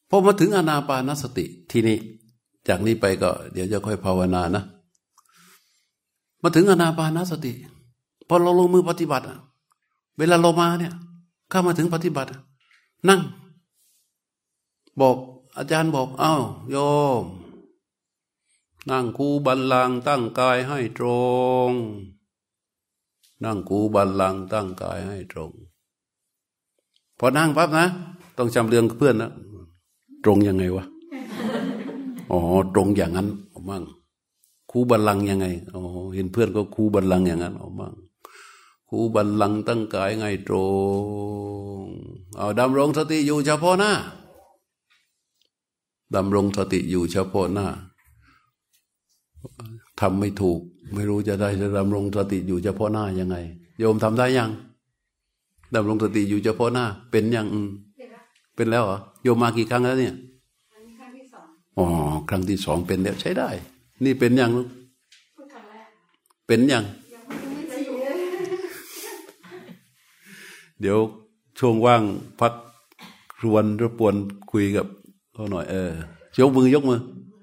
พอมาถึงอานาปานสติทีนี้จากนี้ไปก็เดี๋ยวจะค่อยภาวนานะมาถึงอานาปานสติพอเราลงมือปฏิบัติเวลาเรามาเนี่ยเข้ามาถึงปฏิบัตินั่งบอกอาจารย์บอกอ้าวโยมนั่งคูบัลลังก์ตั้งกายให้ตรงนั่งคูบัลลังก์ตั้งกายให้ตรงพอนั่งปั๊บนะต้องจำเรื่องเพื่อนนะตรงยังไงวะอ๋อตรงอย่างนั้นเอามั่งคูบัลลังก์ยังไงอ๋อเห็นเพื่อนก็คูบัลลังก์อย่างนั้นเอามั่งคูบัลลังก์ตั้งกายให้ตรงเอาดำรงสติอยู่เฉพาะหน้าดำรงสติอยู่เฉพาะหน้าทำไม่ถูกไม่รู้จะได้จะดำรงสติอยู่เฉพาะหน้ายังไงโยมทำได้ยังดำรงสติอยู่เฉพาะหน้าเป็นยังเป็นแล้วเหรอโยมมากี่ครั้งแล้วเนี่ยครั้งที่สองอ๋อครั้งที่สองเป็นแล้วใช้ได้นี่เป็นยังลูกเป็นยังเดี๋ยวช่วงว่างพักรวนรบกวนคุยกับเขาหน่อยยกมือ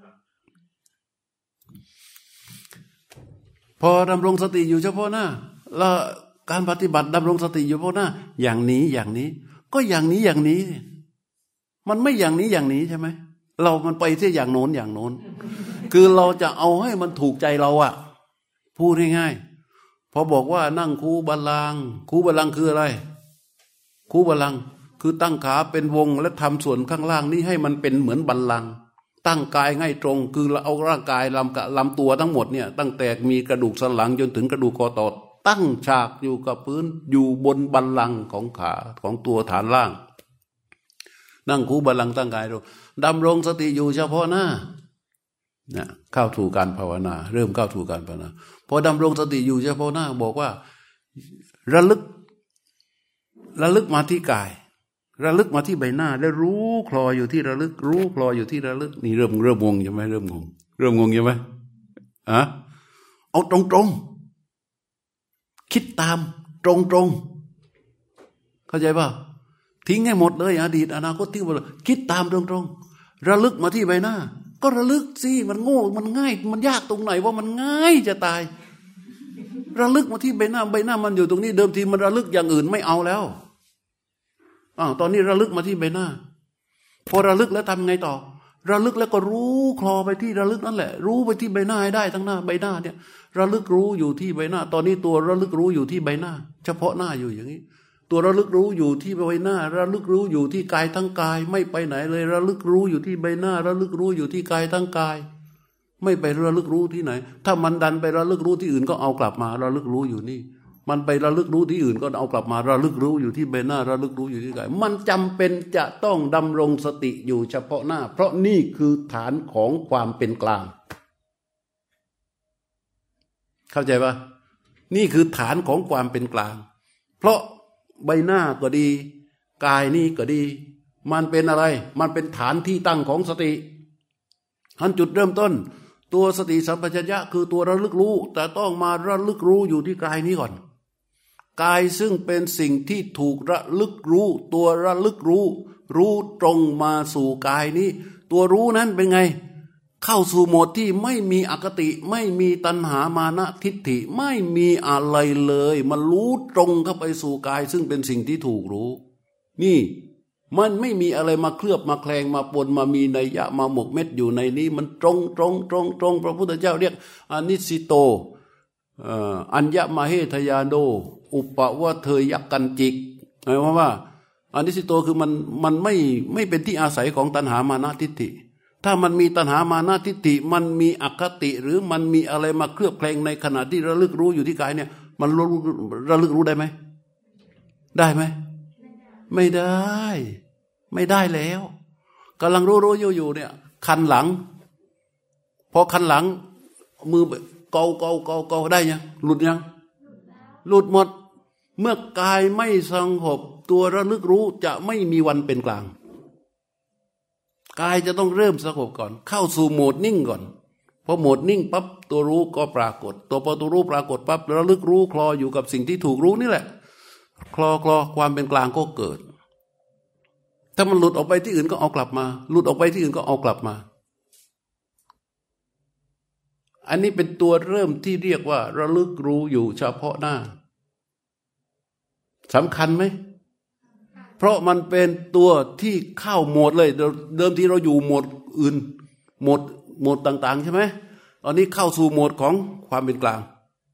พอดำรงสติอยู่เฉพาะหน้าแล้วการปฏิบัติดำรงสติอยู่เฉพาะหน้าอย่างนี้ก็อย่างนี้มันไม่อย่างนี้ใช่ไหมมันไปที่อย่างโน้นคือเราจะเอาให้มันถูกใจเราอะพูดง่ายๆพอบอกว่านั่งคูบัลลังก์คืออะไรคูบัลลังก์คือตั้งขาเป็นวงและทำส่วนข้างล่างนี้ให้มันเป็นเหมือนบัลลังก์ตั้งกายง่ายตรงคือเราเอาร่างกายลำตัวทั้งหมดเนี่ยตั้งแต่มีกระดูกสันหลังจนถึงกระดูกคอต่อตั้งฉากอยู่กับพื้นอยู่บนบัลลังก์ของขาของตัวฐานล่างนั่งคูบัลลังก์ตั้งกายตรงดำรงสติอยู่เฉพาะหน้าเนี่ยเข้าถูกการภาวนาเริ่มเข้าถูกการภาวนาพอดำรงสติอยู่เฉพาะหน้าบอกว่าระลึกมาที่กายระลึกมาที่ใบหน้าแล้วรู้คลออยู่ที่ระลึกรู้คลออยู่ที่ระลึกนี่เริ่มงงใช่ไหมเริ่มงงใช่ไหมเอาตรงคิดตามตรงเข้าใจป่ะทิ้งให้หมดเลยอดีตอนาคตทิ้งหมดเลยคิดตามตรงระลึกมาที่ใบหน้าก็ระลึกสิมันโง่มันง่ายมันยากตรงไหนว่ามันง่ายจะตายระลึกมาที่ใบหน้ามันอยู่ตรงนี้เดิมทีมันระลึกอย่างอื่นไม่เอาแล้วตอนนี้ระลึกมาที่ใบหน้าพอระลึกแล้วทำไงต่อระลึกแล้วก็รู้คลอไปที่ระลึกนั่นแหละรู้ไปที่ใบหน้าให้ได้ทั้งหน้าใบหน้าเนี่ยระลึกรู้อยู่ที่ใบหน้าตอนนี้ตัวระลึกรู้อยู่ที่ใบหน้าเฉพาะหน้าอยู่อย่างนี้ตัวระลึกรู้อยู่ที่ใบหน้าระลึกรู้อยู่ที่กายทั้งกายไม่ไปไหนเลยระลึกรู้อยู่ที่ใบหน้าระลึกรู้อยู่ที่กายทั้งกายไม่ไประลึกรู้ที่ไหนถ้ามันดันไประลึกรู้ที่อื่นก็เอากลับมาระลึกรู้อยู่นี่มันไประลึกรู้ที่อื่นก็เอากลับมาระลึกรู้อยู่ที่ใบหน้าระลึกรู้อยู่ที่กายมันจำเป็นจะต้องดำรงสติอยู่เฉพาะหน้าเพราะนี่คือฐานของความเป็นกลางเข้าใจป่ะนี่คือฐานของความเป็นกลางเพราะใบหน้าก็ดีกายนี่ก็ดีมันเป็นอะไรมันเป็นฐานที่ตั้งของสติอันจุดเริ่มต้นตัวสติสัมปชัญญะคือตัวระลึกรู้แต่ต้องมาระลึกรู้อยู่ที่กายนี้ก่อนกายซึ่งเป็นสิ่งที่ถูกระลึกรู้ตัวระลึกรู้ตรงมาสู่กายนี้ตัวรู้นั้นเป็นไงเข้าสู่โหมดที่ไม่มีอคติไม่มีตัณหามานะทิฏฐิไม่มีอะไรเลยมันรู้ตรงเข้าไปสู่กายซึ่งเป็นสิ่งที่ถูกรู้นี่มันไม่มีอะไรมาเคลือบมาแคลงมาปนมามีนัยยะมาหมกเม็ดอยู่ในนี้มันตรงพระพุทธเจ้าเรียกอนิสิโตอัญญมเหทยาโนอุปวะเทยกันจิกหมายความว่าอนิสิโตคือมันไม่เป็นที่อาศัยของตัณหามานะทิฏฐิถ้ามันมีตัณหามานะทิฏฐิมันมีอคติหรือมันมีอะไรมาเคลือบแคลงในขณะที่ระลึกรู้อยู่ที่กายเนี่ยมันระลึกรู้ได้ไหมได้ไหมไม่ได้แล้วกำลังรู้อยู่เนี่ยคันหลังพอคันหลังมือเกาได้ยังหลุดยังหลุดหมดเมื่อกายไม่สงบตัวระลึกรู้จะไม่มีวันเป็นกลางกายจะต้องเริ่มสงบก่อนเข้าสู่โหมดนิ่งก่อนพอโหมดนิ่งปั๊บตัวรู้ก็ปรากฏตัวพอตัวรู้ปรากฏปั๊บระลึกรู้คลออยู่กับสิ่งที่ถูกรู้นี่แหละคลอความเป็นกลางก็เกิดถ้ามันหลุดออกไปที่อื่นก็เอากลับมาหลุดออกไปที่อื่นก็เอากลับมาอันนี้เป็นตัวเริ่มที่เรียกว่าระลึกรู้อยู่เฉพาะหน้าสำคัญไหมเพราะมันเป็นตัวที่เข้าโหมดเลยเดิมทีเราอยู่โหมดอื่นโหมดต่างๆใช่ไหมตอนนี้เข้าสู่โหมดของความเป็นกลาง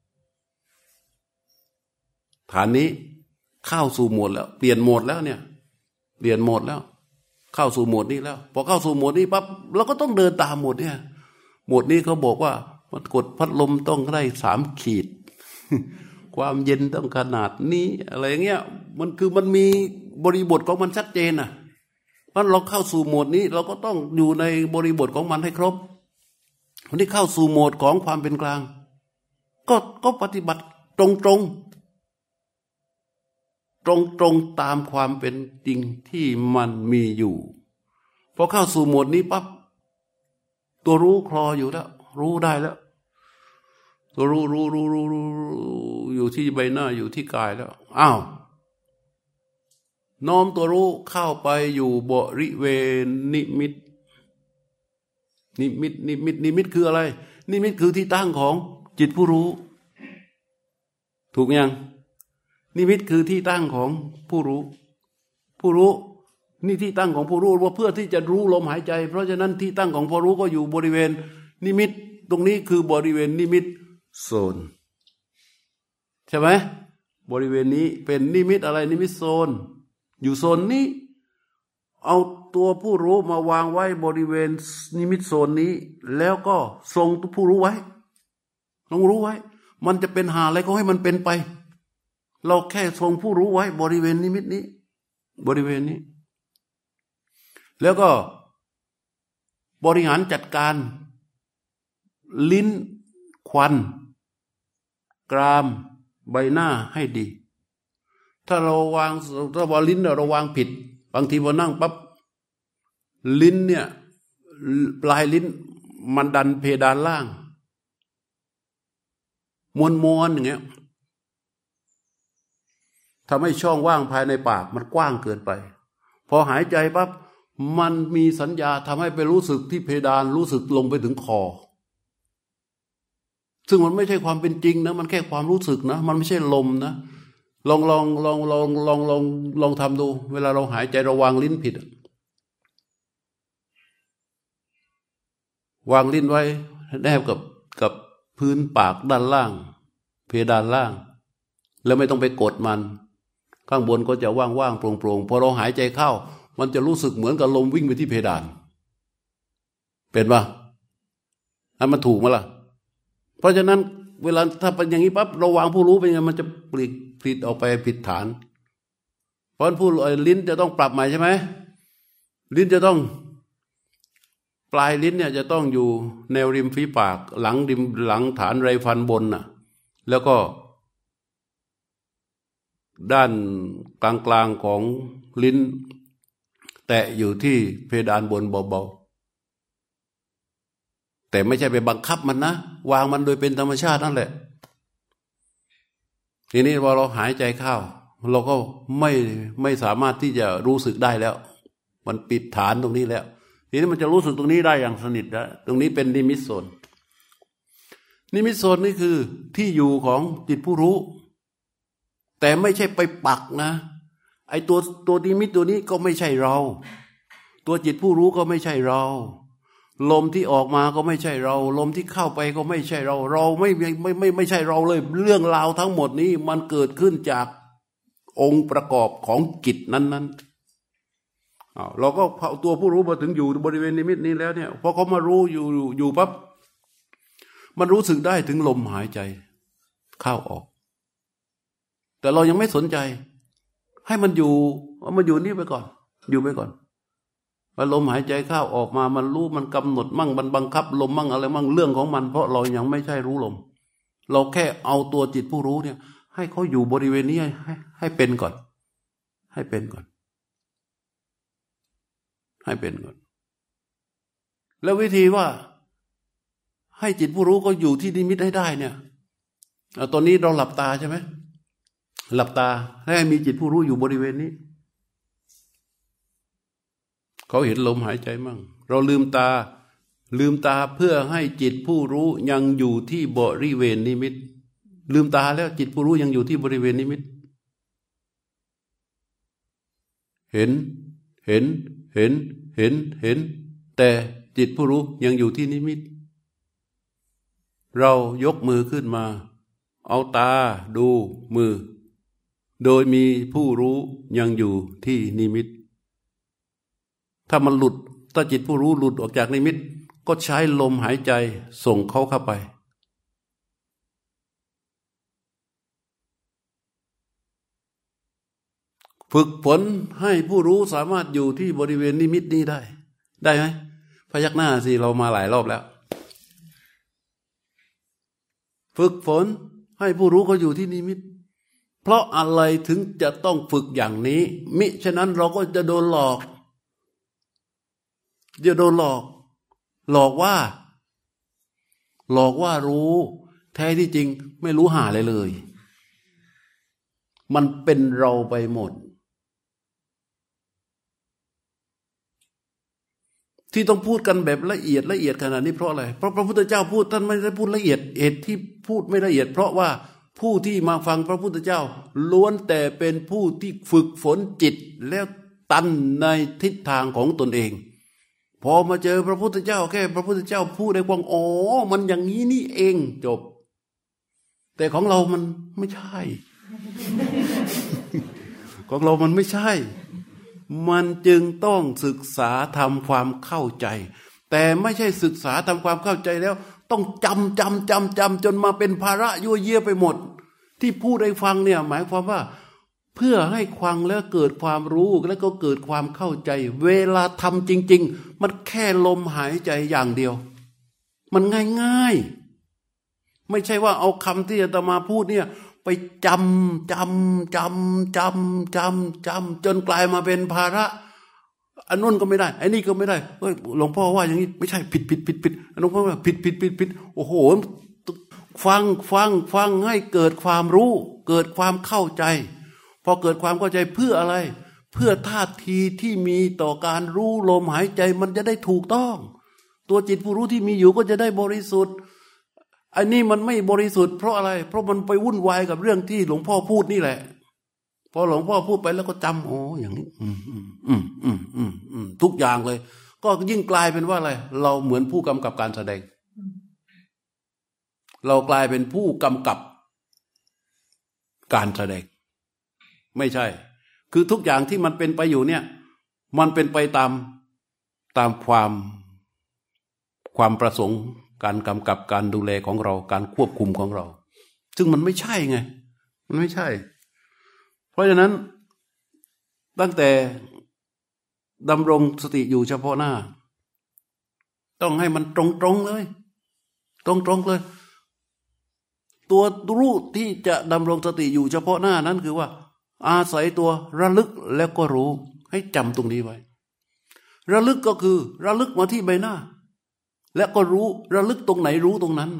ฐานนี้เข้าสู่โหมดแล้วเปลี่ยนโหมดแล้วเนี่ยเปลี่ยนโหมดแล้วเข้าสู่โหมดนี้แล้วพอเข้าสู่โหมดนี้ปั๊บเราก็ต้องเดินตามโหมดเนี่ยโหมดนี้เขาบอกว่ามันกดพัดลมต้องได้3 ขีด ความเย็นต้องขนาดนี้อะไรเงี้ยมันมีบริบทของมันชัดเจนนะเพราะเราเข้าสู่โหมดนี้เราก็ต้องอยู่ในบริบทของมันให้ครบวันนี้เข้าสู่โหมดของความเป็นกลางก็ปฏิบัติตรงตามความเป็นจริงที่มันมีอยู่พอเข้าสู่โหมดนี้ปั๊บตัวรู้คลออยู่แล้วรู้ได้แล้วตัวรู้อยู่ที่ใบหน้าอยู่ที่กายแล้วอ้าวน้อมตัวรู้เข้าไปอยู่บริเวณนิมิตคืออะไรนิมิตคือที่ตั้งของจิตผู้รู้ถูกยังนิมิตคือที่ตั้งของผู้รู้นี่ที่ตั้งของผู้รู้ว่าเพื่อที่จะรู้ลมหายใจเพราะฉะนั้นที่ตั้งของผู้รู้ก็อยู่บริเวณนิมิตตรงนี้คือบริเวณนิมิตโซนใช่ไหมบริเวณนี้เป็นนิมิตอะไรนิมิตโซนอยู่โซนนี้เอาตัวผู้รู้มาวางไว้บริเวณนิมิตโซนนี้แล้วก็ทรงตัวผู้รู้ไว้ลองรู้ไว้มันจะเป็นหาอะไรก็ให้มันเป็นไปเราแค่ทรงผู้รู้ไว้บริเวณนิมิตนี้บริเวณนี้แล้วก็บริหารจัดการลิ้นควันกรามใบหน้าให้ดีถ้าเราว่าลิ้นเราวางผิดบางทีพอนั่งปั๊บลิ้นเนี่ยปลายลิ้นมันดันเพดานล่างมวนอย่างเงี้ยทำให้ช่องว่างภายในปากมันกว้างเกินไปพอหายใจปั๊บมันมีสัญญาทำให้ไปรู้สึกที่เพดานรู้สึกลงไปถึงคอซึ่งมันไม่ใช่ความเป็นจริงนะมันแค่ความรู้สึกนะมันไม่ใช่ลมนะลองทำดูเวลาเราหายใจเราวางลิ้นผิดวางลิ้นไว้แนบกับพื้นปากด้านล่างเพดานล่างแล้วไม่ต้องไปกดมันข้างบนก็จะว่างๆโปร่งๆพอเราหายใจเข้ามันจะรู้สึกเหมือนกับลมวิ่งไปที่เพดานเป็นป่ะอันมันถูกมั้ยล่ะเพราะฉะนั้นเวลาถ้าเป็นอย่างนี้ปั๊บเราวางผู้รู้เป็นไงมันจะผิดออกไปผิดฐานเพราะผู้ลิ้นจะต้องปรับใหม่ใช่ไหมลิ้นจะต้องปลายลิ้นเนี่ยจะต้องอยู่แนวริมฝีปากหลังฐานไรฟันบนน่ะแล้วก็ด้านกลางๆของลิ้นแตะอยู่ที่เพดานบนเบาๆแต่ไม่ใช่ไปบังคับมันนะวางมันโดยเป็นธรรมชาตินั่นแหละทีนี้พอเราหายใจเข้าเราก็ไม่สามารถที่จะรู้สึกได้แล้วมันปิดฐานตรงนี้แล้วทีนี้มันจะรู้สึกตรงนี้ได้อย่างสนิทแล้วตรงนี้เป็นนิมิตโซนนิมิตโซนนี่คือที่อยู่ของจิตผู้รู้แต่ไม่ใช่ไปปักนะไอ้ตัวนิมิตตัวนี้ก็ไม่ใช่เราตัวจิตผู้รู้ก็ไม่ใช่เราลมที่ออกมาก็ไม่ใช่เราลมที่เข้าไปก็ไม่ใช่เราไม่ใช่เราเลยเรื่องราวทั้งหมดนี้มันเกิดขึ้นจากองค์ประกอบของจิตนั้นๆเราก็เอาตัวผู้รู้มาถึงอยู่บริเวณนิมิตนี้แล้วเนี่ยพอเขามารู้อยู่ปั๊บมันรู้สึกได้ถึงลมหายใจเข้าออกแต่เรายังไม่สนใจให้มันอยู่นี่ไปก่อนอยู่ไปก่อนว่าลมหายใจเข้าออกมามันรู้มันกำหนดมั่งมันบังคับลมมั่งอะไรมั่งเรื่องของมันเพราะเรายังไม่ใช่รู้ลมเราแค่เอาตัวจิตผู้รู้เนี่ยให้เขาอยู่บริเวณนี้ให้เป็นก่อนให้เป็นก่อนให้เป็นก่อนแล้ววิธีว่าให้จิตผู้รู้ก็อยู่ที่นิมิตให้ได้เนี่ยตอนนี้เราหลับตาใช่ไหมหลับตาให้มีจิตผู้รู้อยู่บริเวณนี้เขาเห็นลมหายใจมั่งเราลืมตาเพื่อให้จิตผู้รู้ยังอยู่ที่บริเวณนิมิตลืมตาแล้วจิตผู้รู้ยังอยู่ที่บริเวณนิมิตเห็นแต่จิตผู้รู้ยังอยู่ที่นิมิตเรายกมือขึ้นมาเอาตาดูมือโดยมีผู้รู้ยังอยู่ที่นิมิตถ้ามันหลุดถ้าจิตผู้รู้หลุดออกจากนิมิตก็ใช้ลมหายใจส่งเขาเข้าไปฝึกฝนให้ผู้รู้สามารถอยู่ที่บริเวณนิมิตนี้ได้ไหมพยักหน้าสิเรามาหลายรอบแล้วฝึกฝนให้ผู้รู้เขาอยู่ที่นิมิตเพราะอะไรถึงจะต้องฝึกอย่างนี้มิฉะนั้นเราก็จะโดนหลอกหลอกว่ารู้แท้ที่จริงไม่รู้หาเลยมันเป็นเราไปหมดที่ต้องพูดกันแบบละเอียดขนาดนี้เพราะอะไรเพราะพระพุทธเจ้าพูดท่านไม่ได้พูดละเอียดเหตุที่พูดไม่ละเอียดเพราะว่าผู้ที่มาฟังพระพุทธเจ้าล้วนแต่เป็นผู้ที่ฝึกฝนจิตแล้วตันในทิศทางของตนเองพอมาเจอพระพุทธเจ้าแค่พระพุทธเจ้าพูดได้กว้างอ๋อมันอย่างนี้นี่เองจบแต่ของเรามันไม่ใช่ ของเรามันไม่ใช่มันจึงต้องศึกษาทำความเข้าใจแต่ไม่ใช่ศึกษาทำความเข้าใจแล้วต้องจำจนมาเป็นภาระยั่วเยี่ยไปหมดที่พูดให้ฟังเนี่ยหมายความว่าเพื่อให้ฟังแล้วเกิดความรู้แล้วก็เกิดความเข้าใจเวลาทำจริงๆมันแค่ลมหายใจอย่างเดียวมันง่ายๆไม่ใช่ว่าเอาคำที่อาตมาพูดเนี่ยไปจำจนกลายมาเป็นภาระอันนู้นก็ไม่ได้ไอ้นี่ก็ไม่ได้เฮ้ยหลวงพ่อว่าอย่างนี้ไม่ใช่ผิดหลวงพ่อว่าผิดโอ้โหฟังให้เกิดความรู้เกิดความเข้าใจพอเกิดความเข้าใจเพื่ออะไรเพื่อท่าทีที่มีต่อการรู้ลมหายใจมันจะได้ถูกต้องตัวจิตผู้รู้ที่มีอยู่ก็จะได้บริสุทธิ์อันนี้มันไม่บริสุทธิ์เพราะอะไรเพราะมันไปวุ่นวายกับเรื่องที่หลวงพ่อพูดนี่แหละพอหลวงพ่อพูดไปแล้วก็จำอ๋ออย่างนี้ทุกอย่างเลยก็ยิ่งกลายเป็นว่าอะไรเราเหมือนผู้กำกับการแสดงเรากลายเป็นผู้กำกับการแสดงไม่ใช่คือทุกอย่างที่มันเป็นไปอยู่เนี่ยมันเป็นไปตามความประสงค์การกำกับการดูแลของเราการควบคุมของเราซึ่งมันไม่ใช่ไงมันไม่ใช่เพราะฉะนั้นตั้งแต่ดำรงสติอยู่เฉพาะหน้าต้องให้มันตรงเลยเลยตัวรู้ที่จะดำรงสติอยู่เฉพาะหน้านั้นคือว่าอาศัยตัวระลึกแล้วก็รู้ให้จำตรงนี้ไว้ระลึกก็คือระลึกมาที่ใบหน้าแล้วก็รู้ระลึกตรงไหนรู้ตรงนั้น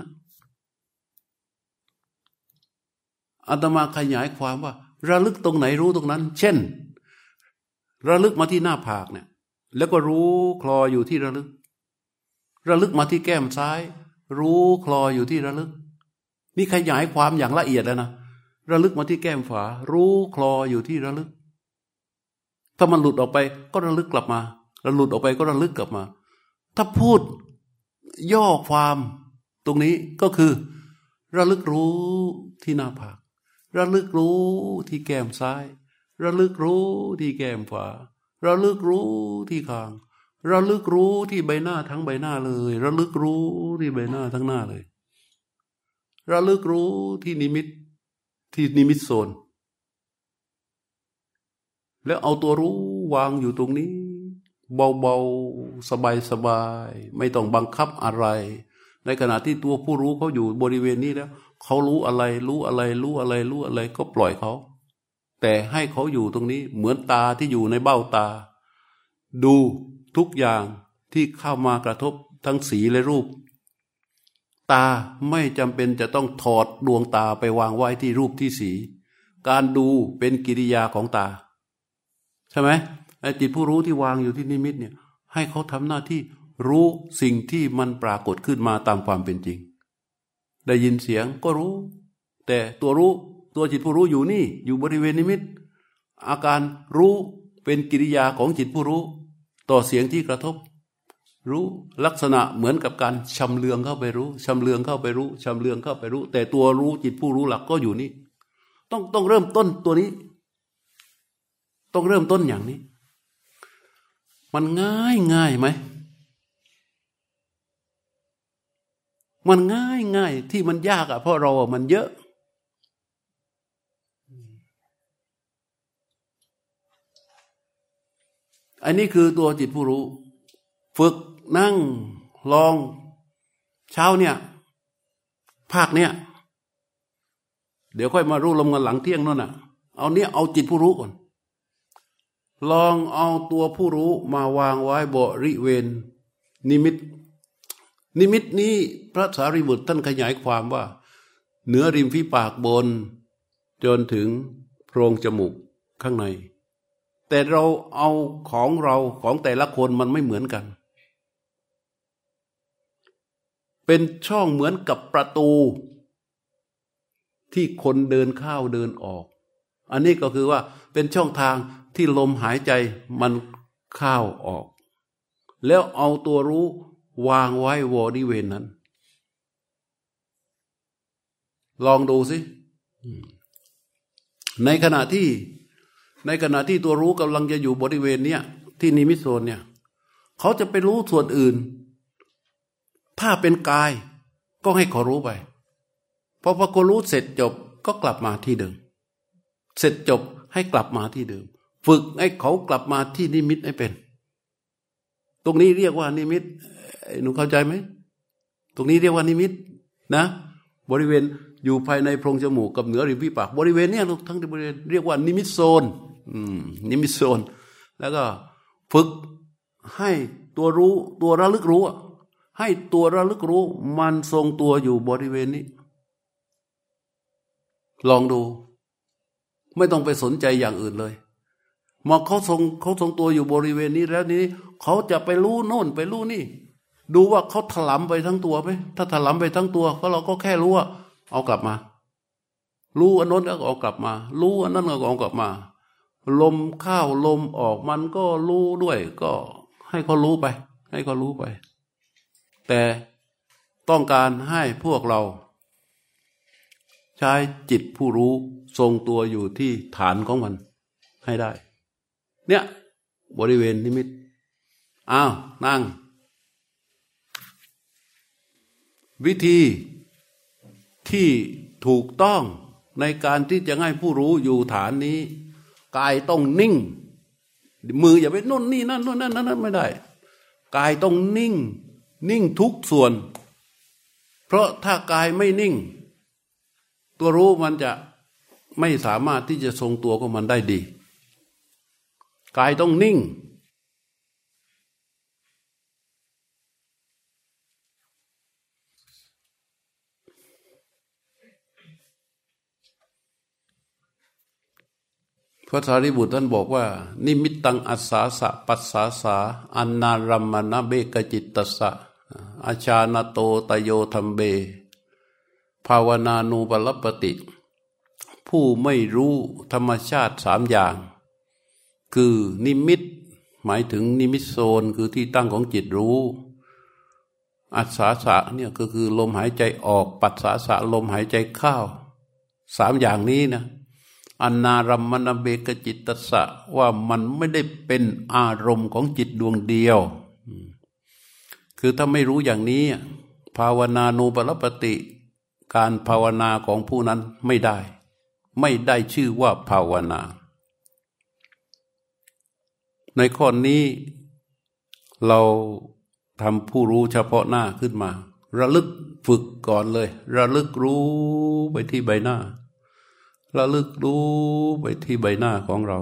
อาตมาขยายความว่าระลึกตรงไหนรู้ตรงนั้นเช่นระลึกมาที่หน้าผากเนี่ยแล้วก็รู้คลออยู่ที่ระลึกมาที่แก้มซ้ายรู้คลออยู่ที่ระลึกนี่ขยายความอย่างละเอียดแล้วนะระลึกมาที่แก้มขวารู้คลออยู่ที่ระลึกถ้ามันหลุดออกไปก็ระลึกกลับมาแล้วหลุดออกไปก็ระลึกกลับมาถ้าพูดย่อความตรงนี้ก็คือระลึกรู้ที่หน้าผากระลึกรู้ที่แก้มซ้ายระลึกรู้ที่แก้มขวาระลึกรู้ที่คางระลึกรู้ที่ใบหน้าทั้งใบหน้าเลยระลึกรู้ที่ใบหน้าทั้งหน้าเลยระลึกรู้ที่นิมิตโซนแล้วเอาตัวรู้วางอยู่ตรงนี้เบาๆสบายๆไม่ต้องบังคับอะไรในขณะที่ตัวผู้รู้เขาอยู่บริเวณนี้แล้วเขารู้อะไรก็ปล่อยเขาแต่ให้เขาอยู่ตรงนี้เหมือนตาที่อยู่ในเบ้าตาดูทุกอย่างที่เข้ามากระทบทั้งสีและรูปตาไม่จำเป็นจะต้องถอดดวงตาไปวางไว้ที่รูปที่สีการดูเป็นกิริยาของตาใช่ไหมไอ้จิตผู้รู้ที่วางอยู่ที่นิมิตเนี่ยให้เขาทำหน้าที่รู้สิ่งที่มันปรากฏขึ้นมาตามความเป็นจริงได้ยินเสียงก็รู้แต่ตัวรู้ตัวจิตผู้รู้อยู่นี่อยู่บริเวณนิมิตอาการรู้เป็นกิริยาของจิตผู้รู้ต่อเสียงที่กระทบรู้ลักษณะเหมือนกับการชำเลืองเข้าไปรู้ชำเลืองเข้าไปรู้ชำเลืองเข้าไปรู้แต่ตัวรู้จิตผู้รู้หลักก็อยู่นี่ต้องเริ่มต้นตัวนี้ต้องเริ่มต้นอย่างนี้มันง่ายไหมมันง่ายที่มันยากเพราะเรามันเยอะอันนี้คือตัวจิตผู้รู้ฝึกนั่งลองเช้าเนี่ยภาคเนี่ยเดี๋ยวค่อยมารู้ลมกันหลังเที่ยงนั่นน่ะเอาจิตผู้รู้ก่อนลองเอาตัวผู้รู้มาวางไว้บริเวณนิมิตนี้พระสารีบุตรท่านขยายความว่าเหนือริมฝีปากบนจนถึงโพรงจมูกข้างในแต่เราเอาของแต่ละคนมันไม่เหมือนกันเป็นช่องเหมือนกับประตูที่คนเดินเข้าเดินออกอันนี้ก็คือว่าเป็นช่องทางที่ลมหายใจมันเข้าออกแล้วเอาตัวรู้วางไว้บริเวณนั้นลองดูสิในขณะที่ตัวรู้กำลังจะอยู่บริเวณเนี้ยที่นิมิตโซนเนี่ยเขาจะไปรู้ส่วนอื่นถ้าเป็นกายก็ให้เขารู้ไปพอเขารู้เสร็จจบก็กลับมาที่เดิมเสร็จจบให้กลับมาที่เดิมฝึกให้เขากลับมาที่นิมิตให้เป็นตรงนี้เรียกว่านิมิตหนูเข้าใจไหมตรงนี้เรียกว่านิมิตนะบริเวณอยู่ภายในโพรงจมูกกับเหนือริมฝีปากบริเวณเนี้ยทั้งบริเวณเรียกว่านิมิตโซนนิมิตโซนแล้วก็ฝึกให้ตัวรู้ตัวระลึกรู้ให้ตัวระลึกรู้มันทรงตัวอยู่บริเวณนี้ลองดูไม่ต้องไปสนใจอย่างอื่นเลยมาเขาทรงตัวอยู่บริเวณนี้แล้วนี้เขาจะไปรู้โน่นไปรู้นี่ดูว่าเขาถลำไปทั้งตัวไหมถ้าถลำไปทั้งตัวก็เราก็แค่รู้ว่าเอากลับมารู้อันนั้นแล้วก็เอากลับมารู้อันนั้นก็เอากลับมาลมเข้าลมออกมันก็รู้ด้วยก็ให้เขารู้ไปให้เขารู้ไปแต่ต้องการให้พวกเราใช้จิตผู้รู้ทรงตัวอยู่ที่ฐานของมันให้ได้เนี่ยบริเวณนิมิตนั่งวิธีที่ถูกต้องในการที่จะให้ผู้รู้อยู่ฐานนี้กายต้องนิ่งมืออย่าไปโน่นนี่นั่นโน่นนั่นไม่ได้กายต้องนิ่งทุกส่วนเพราะถ้ากายไม่นิ่งตัวรู้มันจะไม่สามารถที่จะทรงตัวของมันได้ดีกายต้องนิ่งพระสารีบุตรท่านบอกว่านิมิตตังอัสสาสะปัสสาสาอันนารัมมณเบกจิตตัสสะอาชานโตตโยธัมเบภาวนานูปลัปปติผู้ไม่รู้ธรรมชาติสามอย่างคือนิมิตหมายถึงนิมิตโซนคือที่ตั้งของจิตรู้อัสสาสะเนี่ยก็คือลมหายใจออกปัสสาสะลมหายใจเข้าสามอย่างนี้นะอันนารัมมณเบกจิตตัสสะว่ามันไม่ได้เป็นอารมณ์ของจิตดวงเดียวคือถ้าไม่รู้อย่างนี้ภาวนานูปลัปปติการภาวนาของผู้นั้นไม่ได้ชื่อว่าภาวนาในข้อนี้เราทำผู้รู้เฉพาะหน้าขึ้นมาระลึกฝึกก่อนเลยระลึกรู้ไปที่ใบหน้าระลึกรู้ไปที่ใบหน้าของเรา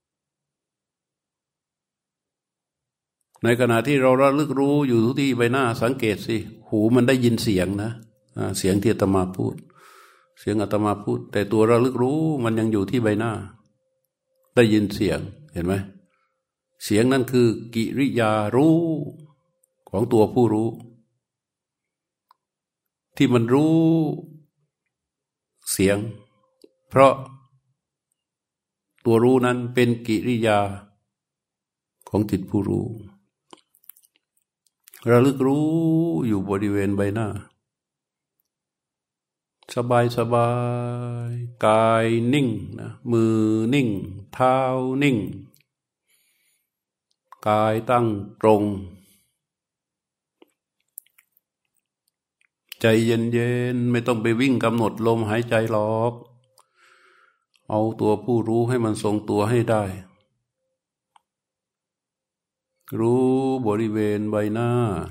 ในขณะที่เราระลึกรู้อยู่ที่ใบหน้าสังเกตสิหูมันได้ยินเสียงนะเสียงที่อาตมาพูดเสียงอาตมาพูดแต่ตัวระลึกรู้มันยังอยู่ที่ใบหน้าได้ยินเสียงเห็นไหมเสียงนั้นคือกิริยารู้ของตัวผู้รู้ที่มันรู้เสียงเพราะตัวรู้นั้นเป็นกิริยาของจิตผู้รู้ระลึกรู้อยู่บริเวณใบหน้าสบายสบายกายนิ่งนะมือนิ่งเท้านิ่งกายตั้งตรงใจเย็นๆไม่ต้องไปวิ่งกำหนดลมหายใจหรอกเอาตัวผู้รู้ให้มันทรงตัวให้ได้รู้บริเวณใบหน้า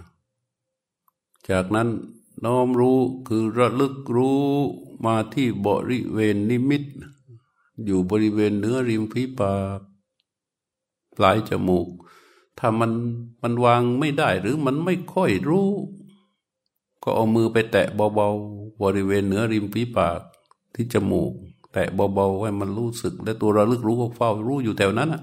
จากนั้นน้อมรู้คือระลึกรู้มาที่บริเวณนิมิตอยู่บริเวณเนื้อริมฝีปากปลายจมูกถ้ามันวางไม่ได้หรือมันไม่ค่อยรู้ก็เอามือไปแตะเบาๆบริเวณเหนือริมฝีปากที่จมูกแตะเบาๆให้มันรู้สึกและตัวระลึกรู้ก็เฝ้ารู้อยู่แถวนั้น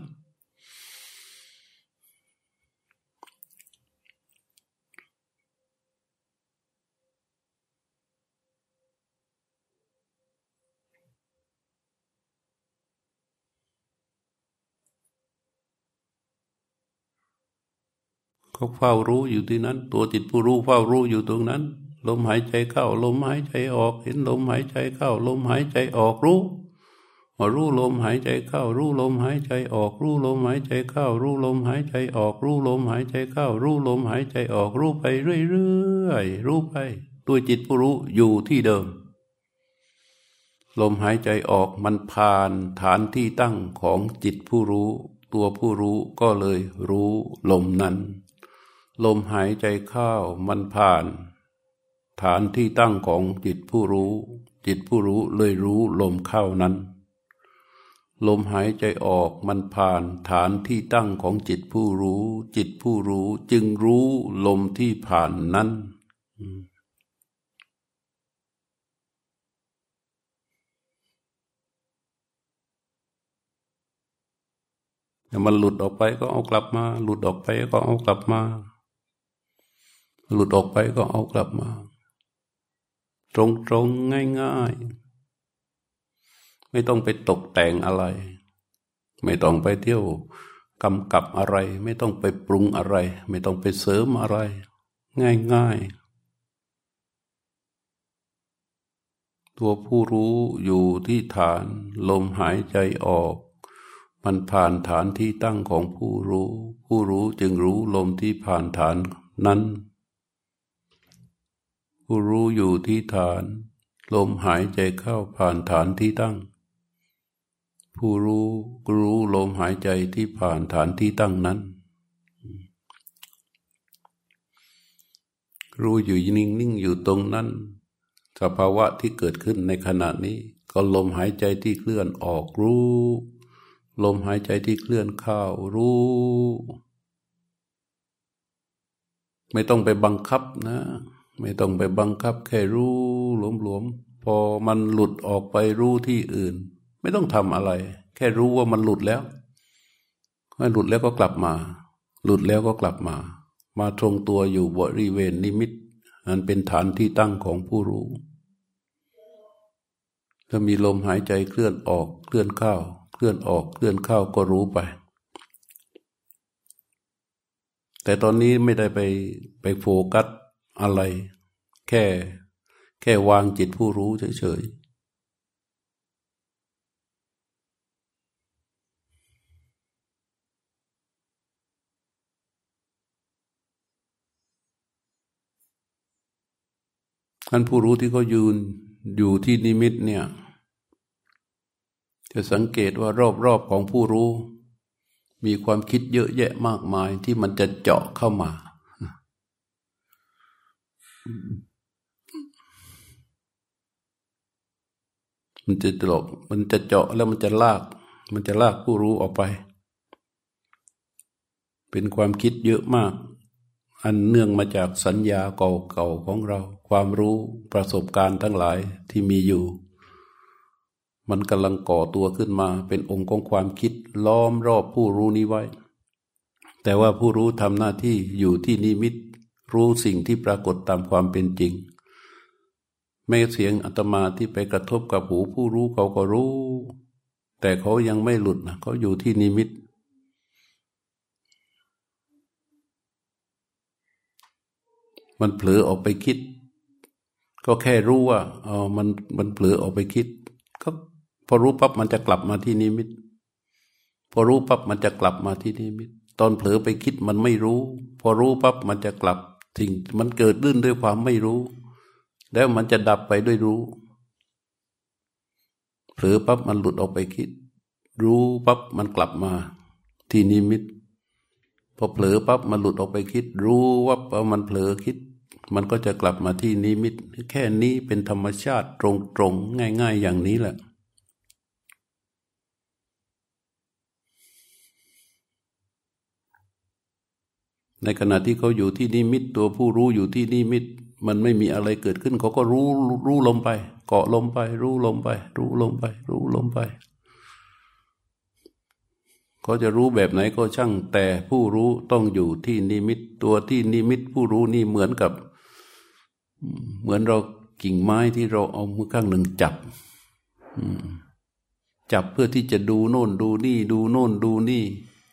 เขาเฝ้ารู้อยู่ที่นั้นตัวจิตผู้รู้เฝ้ารู้อยู่ตรงนั้นลมหายใจเข้าลมหายใจออกเห็นลมหายใจเข้าลมหายใจออกรู้รู้ลมหายใจเข้ารู้ลมหายใจออกรู้ลมหายใจเข้ารู้ลมหายใจออกรู้ลมหายใจเข้ารู้ลมหายใจออกรู้ไปเรื่อยๆรู้ไปตัวจิตผู้รู้อยู่ที่เดิมลมหายใจออกมันผ่านฐานที่ตั้งของจิตผู้รู้ตัวผู้รู้ก็เลยรู้ลมนั้นลมหายใจเข้ามันผ่านฐานที่ตั้งของจิตผู้รู้จิตผู้รู้เลยรู้ลมเข้านั้นลมหายใจออกมันผ่านฐานที่ตั้งของจิตผู้รู้จิตผู้รู้จึงรู้ลมที่ผ่านนั้นแต่มันหลุดออกไปก็เอากลับมาหลุดออกไปก็เอากลับมาหลุดออกไปก็เอากลับมาตรงๆง่ายๆไม่ต้องไปตกแต่งอะไรไม่ต้องไปเที่ยวกำกับอะไรไม่ต้องไปปรุงอะไรไม่ต้องไปเสริมอะไรง่ายๆตัวผู้รู้อยู่ที่ฐานลมหายใจออกมันผ่านฐานที่ตั้งของผู้รู้ผู้รู้จึงรู้ลมที่ผ่านฐานนั้นผู้รู้อยู่ที่ฐานลมหายใจเข้าผ่านฐานที่ตั้งผู้รู้รู้ลมหายใจที่ผ่านฐานที่ตั้งนั้นรู้อยู่นิ่งๆอยู่ตรงนั้นสภาวะที่เกิดขึ้นในขณะนี้ก็ลมหายใจที่เคลื่อนออกรู้ลมหายใจที่เคลื่อนเข้ารู้ไม่ต้องไปบังคับนะไม่ต้องไปบังคับแค่รู้หลวมๆพอมันหลุดออกไปรู้ที่อื่นไม่ต้องทำอะไรแค่รู้ว่ามันหลุดแล้วมันหลุดแล้วก็กลับมาหลุดแล้วก็กลับมาทรงตัวอยู่บริเวณนิมิตอันเป็นฐานที่ตั้งของผู้รู้ถ้ามีลมหายใจเคลื่อนออกเคลื่อนเข้าเคลื่อนออกเคลื่อนเข้าก็รู้ไปแต่ตอนนี้ไม่ได้ไปโฟกัสอะไรแค่วางจิตผู้รู้เฉยๆท่านผู้รู้ที่เขายืนอยู่ที่นิมิตเนี่ยจะสังเกตว่ารอบๆของผู้รู้มีความคิดเยอะแยะมากมายที่มันจะเจาะเข้ามามันจะเจาะแล้วมันจะลากผู้รู้ออกไปเป็นความคิดเยอะมากอันเนื่องมาจากสัญญาเก่าๆของเราความรู้ประสบการณ์ทั้งหลายที่มีอยู่มันกำลังก่อตัวขึ้นมาเป็นองค์ของความคิดล้อมรอบผู้รู้นี้ไว้แต่ว่าผู้รู้ทำหน้าที่อยู่ที่นิมิตรู้สิ่งที่ปรากฏตามความเป็นจริงแม้เสียงอาตมาที่ไปกระทบกับหูผู้รู้เขาก็รู้แต่เขายังไม่หลุดนะเขาอยู่ที่นิมิตมันเผลอออกไปคิดก็แค่รู้ว่ามันเผลอออกไปคิดก็พอรู้ปั๊บมันจะกลับมาที่นิมิตพอรู้ปั๊บมันจะกลับมาที่นิมิตตอนเผลอไปคิดมันไม่รู้พอรู้ปั๊บมันจะกลับสิ่งมันเกิดขึ้นด้วยความไม่รู้แล้วมันจะดับไปด้วยรู้เผลอปั๊บมันหลุดออกไปคิดรู้ปั๊บมันกลับมาที่นิมิตพอเผลอปั๊บมันหลุดออกไปคิดรู้ว่ามันเผลอคิดมันก็จะกลับมาที่นิมิตแค่นี้เป็นธรรมชาติตรงๆง่ายๆอย่างนี้แหละในขณะที่เขาอยู่ที่นิมิตตัวผู้รู้อยู่ที่นิมิตมันไม่มีอะไรเกิดขึ้นเขาก็รู้ลมไปเกาะลมไปรู้ลมไปรู้ลมไปรู้ลมไปเขาจะรู้แบบไหนก็ช่างแต่ผู้รู้ต้องอยู่ที่นิมิตตัวที่นิมิตผู้รู้นี่เหมือนเรากิ่งไม้ที่เราเอามือข้างหนึ่งจับเพื่อที่จะดูโน่นดูนี่ดูโน่นดูนี่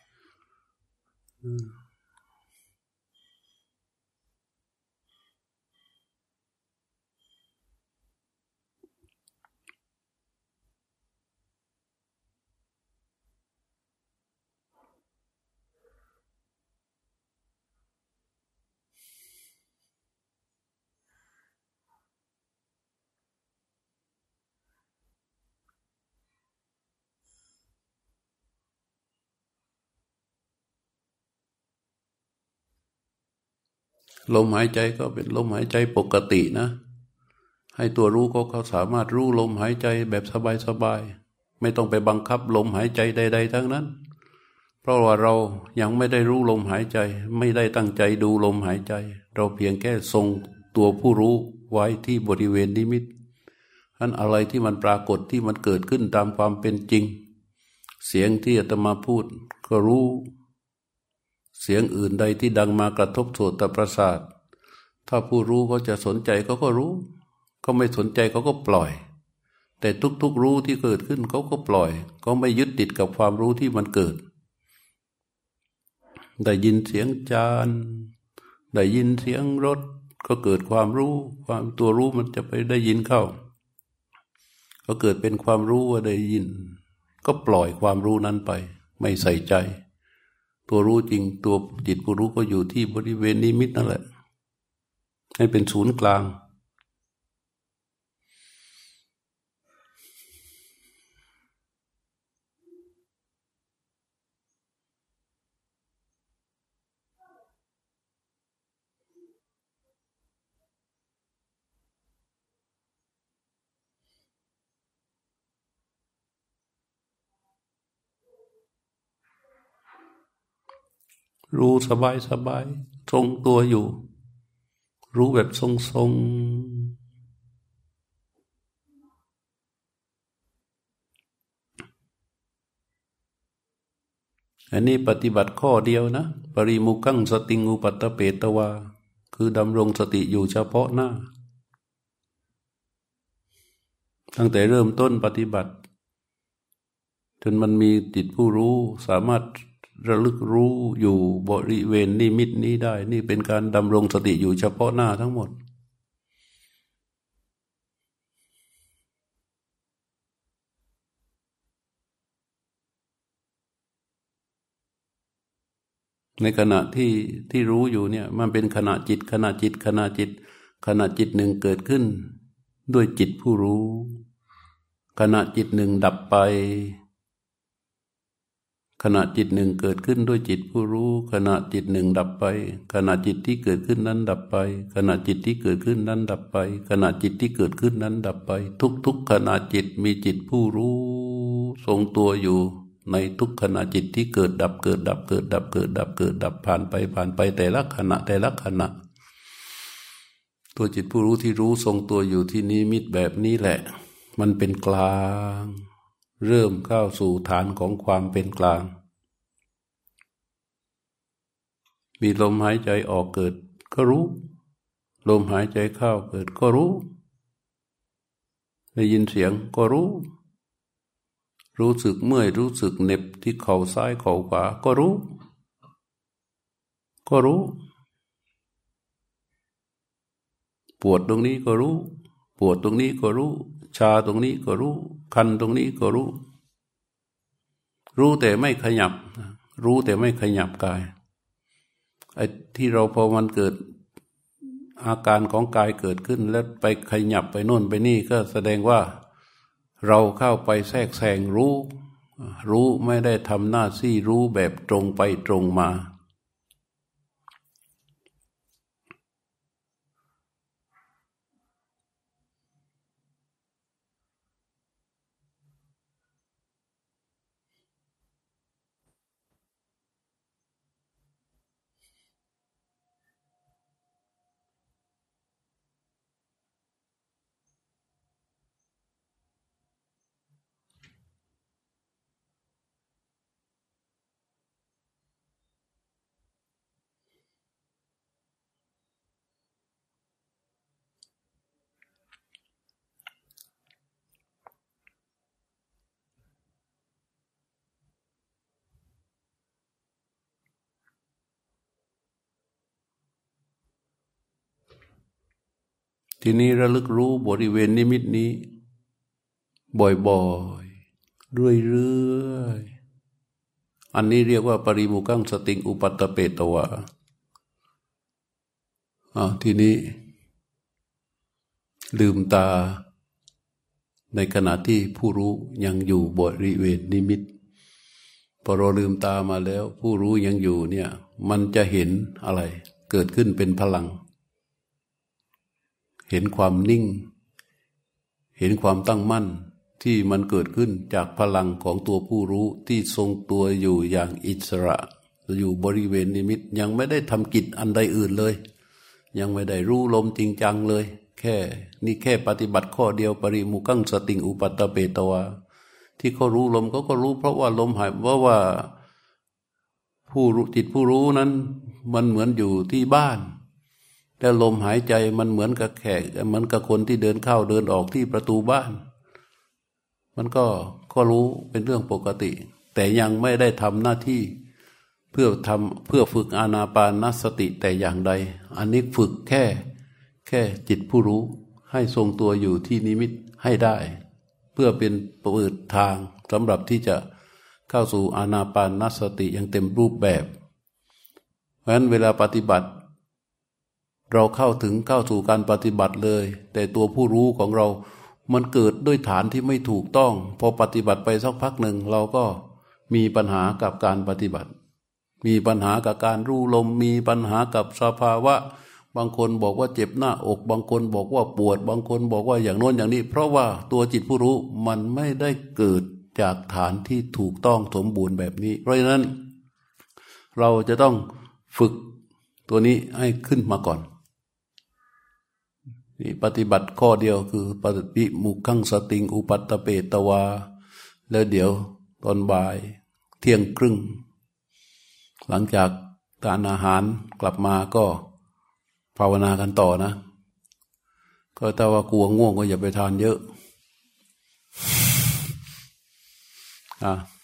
ลมหายใจก็เป็นลมหายใจปกตินะให้ตัวรู้เขาสามารถรู้ลมหายใจแบบสบายๆไม่ต้องไปบังคับลมหายใจใดๆทั้งนั้นเพราะว่าเรายังไม่ได้รู้ลมหายใจไม่ได้ตั้งใจดูลมหายใจเราเพียงแค่ทรงตัวผู้รู้ไว้ที่บริเวณนิมิตอันอะไรที่มันปรากฏที่มันเกิดขึ้นตามความเป็นจริงเสียงที่อาตมาพูดก็รู้เสียงอื่นใดที่ดังมากระทบโสตประสาทถ้าผู้รู้เขาจะสนใจเขาก็รู้เขาไม่สนใจเขาก็ปล่อยแต่ทุกๆรู้ที่เกิดขึ้นเขาก็ปล่อยเขาไม่ยึดติดกับความรู้ที่มันเกิดได้ยินเสียงจานได้ยินเสียงรถก็เกิดความรู้ความตัวรู้มันจะไปได้ยินเข้าก็เกิดเป็นความรู้ว่าได้ยินก็ปล่อยความรู้นั้นไปไม่ใส่ใจตัวรู้จริงตัวจิตผู้รู้ก็อยู่ที่บริเวณนิมิตนั่นแหละให้เป็นศูนย์กลางรู้สบายทรงตัวอยู่รู้แบบทรงอันนี้ปฏิบัติข้อเดียวนะปริมุขังสติงูปัตตเปตวาคือดำรงสติอยู่เฉพาะหน้าตั้งแต่เริ่มต้นปฏิบัติจนมันมีจิตผู้รู้สามารถระลึกรู้อยู่บริเวณนิมิตนี้ได้นี่เป็นการดำรงสติอยู่เฉพาะหน้าทั้งหมดในขณะที่รู้อยู่เนี่ยมันเป็นขณะจิตหนึ่งเกิดขึ้นด้วยจิตผู้รู้ขณะจิตหนึ่งดับไปขณะจิตหนึ่งเกิดขึ้นด้วยจิตผู้รู้ขณะจิตหนึ่งดับไปขณะจิตที่เกิดขึ้นนั้นดับไปขณะจิตที่เกิดขึ้นนั้นดับไปขณะจิตที่เกิดขึ้นนั้นดับไปทุกขณะจิตมีจิตผู้รู้ทรงตัวอยู่ในทุกขณะจิตที่เกิดดับผ่านไปแต่ละขณะตัวจิตผู้รู้ที่รู้ทรงตัวอยู่ที่นิมิตแบบนี้แหละมันเป็นกลางเริ่มเข้าสู่ฐานของความเป็นกลางมีลมหายใจออกเกิดก็รู้ลมหายใจเข้าเกิดก็รู้ได้ยินเสียงก็รู้รู้สึกเมื่อยรู้สึกเหน็บที่เข่าซ้ายเข่าขวาก็รู้ปวดตรงนี้ก็รู้ปวดตรงนี้ก็รู้ชาตรงนี้ก็รู้คันตรงนี้ก็รู้รู้แต่ไม่ขยับรู้แต่ไม่ขยับกายไอ้ที่เราพอมันเกิดอาการของกายเกิดขึ้นแล้วไปขยับไปโน่นไปนี่ก็แสดงว่าเราเข้าไปแทรกแซงรู้ไม่ได้ทำหน้าที่รู้แบบตรงไปตรงมาทีนี้ระลึกรู้บริเวณนิมิตนี้บ่อยๆเรื่อยๆอันนี้เรียกว่าปริมุขังสติงอุปัตตเปตวาทีนี้ลืมตาในขณะที่ผู้รู้ยังอยู่บริเวณนิมิตพอเราลืมตามาแล้วผู้รู้ยังอยู่เนี่ยมันจะเห็นอะไรเกิดขึ้นเป็นพลังเห็นความนิ่งเห็นความตั้งมั่นที่มันเกิดขึ้นจากพลังของตัวผู้รู้ที่ทรงตัวอยู่อย่างอิสระอยู่บริเวณนิมิตยังไม่ได้ทำกิจอันใดอื่นเลยยังไม่ได้รู้ลมจริงจังเลยนี่แค่ปฏิบัติข้อเดียวปริมุขังสติงอุปัตตเปตวาที่เขารู้ลมเขาก็รู้เพราะว่าลมหายว่าผู้รู้จิตผู้รู้นั้นมันเหมือนอยู่ที่บ้านแต่ลมหายใจมันเหมือนกับแขกเหมือนกับคนที่เดินเข้าเดินออกที่ประตูบ้านมันก็รู้เป็นเรื่องปกติแต่ยังไม่ได้ทำหน้าที่เพื่อฝึกอานาปานสติแต่อย่างใดอันนี้ฝึกแค่จิตผู้รู้ให้ทรงตัวอยู่ที่นิมิตให้ได้เพื่อเป็นเปิดทางสำหรับที่จะเข้าสู่อานาปานสติอย่างเต็มรูปแบบเพราะฉะนั้นเวลาปฏิบัติเราเข้าสู่การปฏิบัติเลยแต่ตัวผู้รู้ของเรามันเกิดด้วยฐานที่ไม่ถูกต้องพอปฏิบัติไปสักพักหนึ่งเราก็มีปัญหากับการปฏิบัติมีปัญหากับการรู้ลมมีปัญหากับสภาวะบางคนบอกว่าเจ็บหน้าอกบางคนบอกว่าปวดบางคนบอกว่าอย่างโน้นอย่างนี้เพราะว่าตัวจิตผู้รู้มันไม่ได้เกิดจากฐานที่ถูกต้องสมบูรณ์แบบนี้เพราะฉะนั้นเราจะต้องฝึกตัวนี้ให้ขึ้นมาก่อนนี่ปฏิบัติข้อเดียวคือปฏิมุขังสติงอุปัตตเปตวาแล้วเดี๋ยวตอนบ่ายเที่ยงครึ่งหลังจากทานอาหารกลับมาก็ภาวนากันต่อนะก็ถ้าว่ากลัวง่วงก็อย่าไปทานเยอะ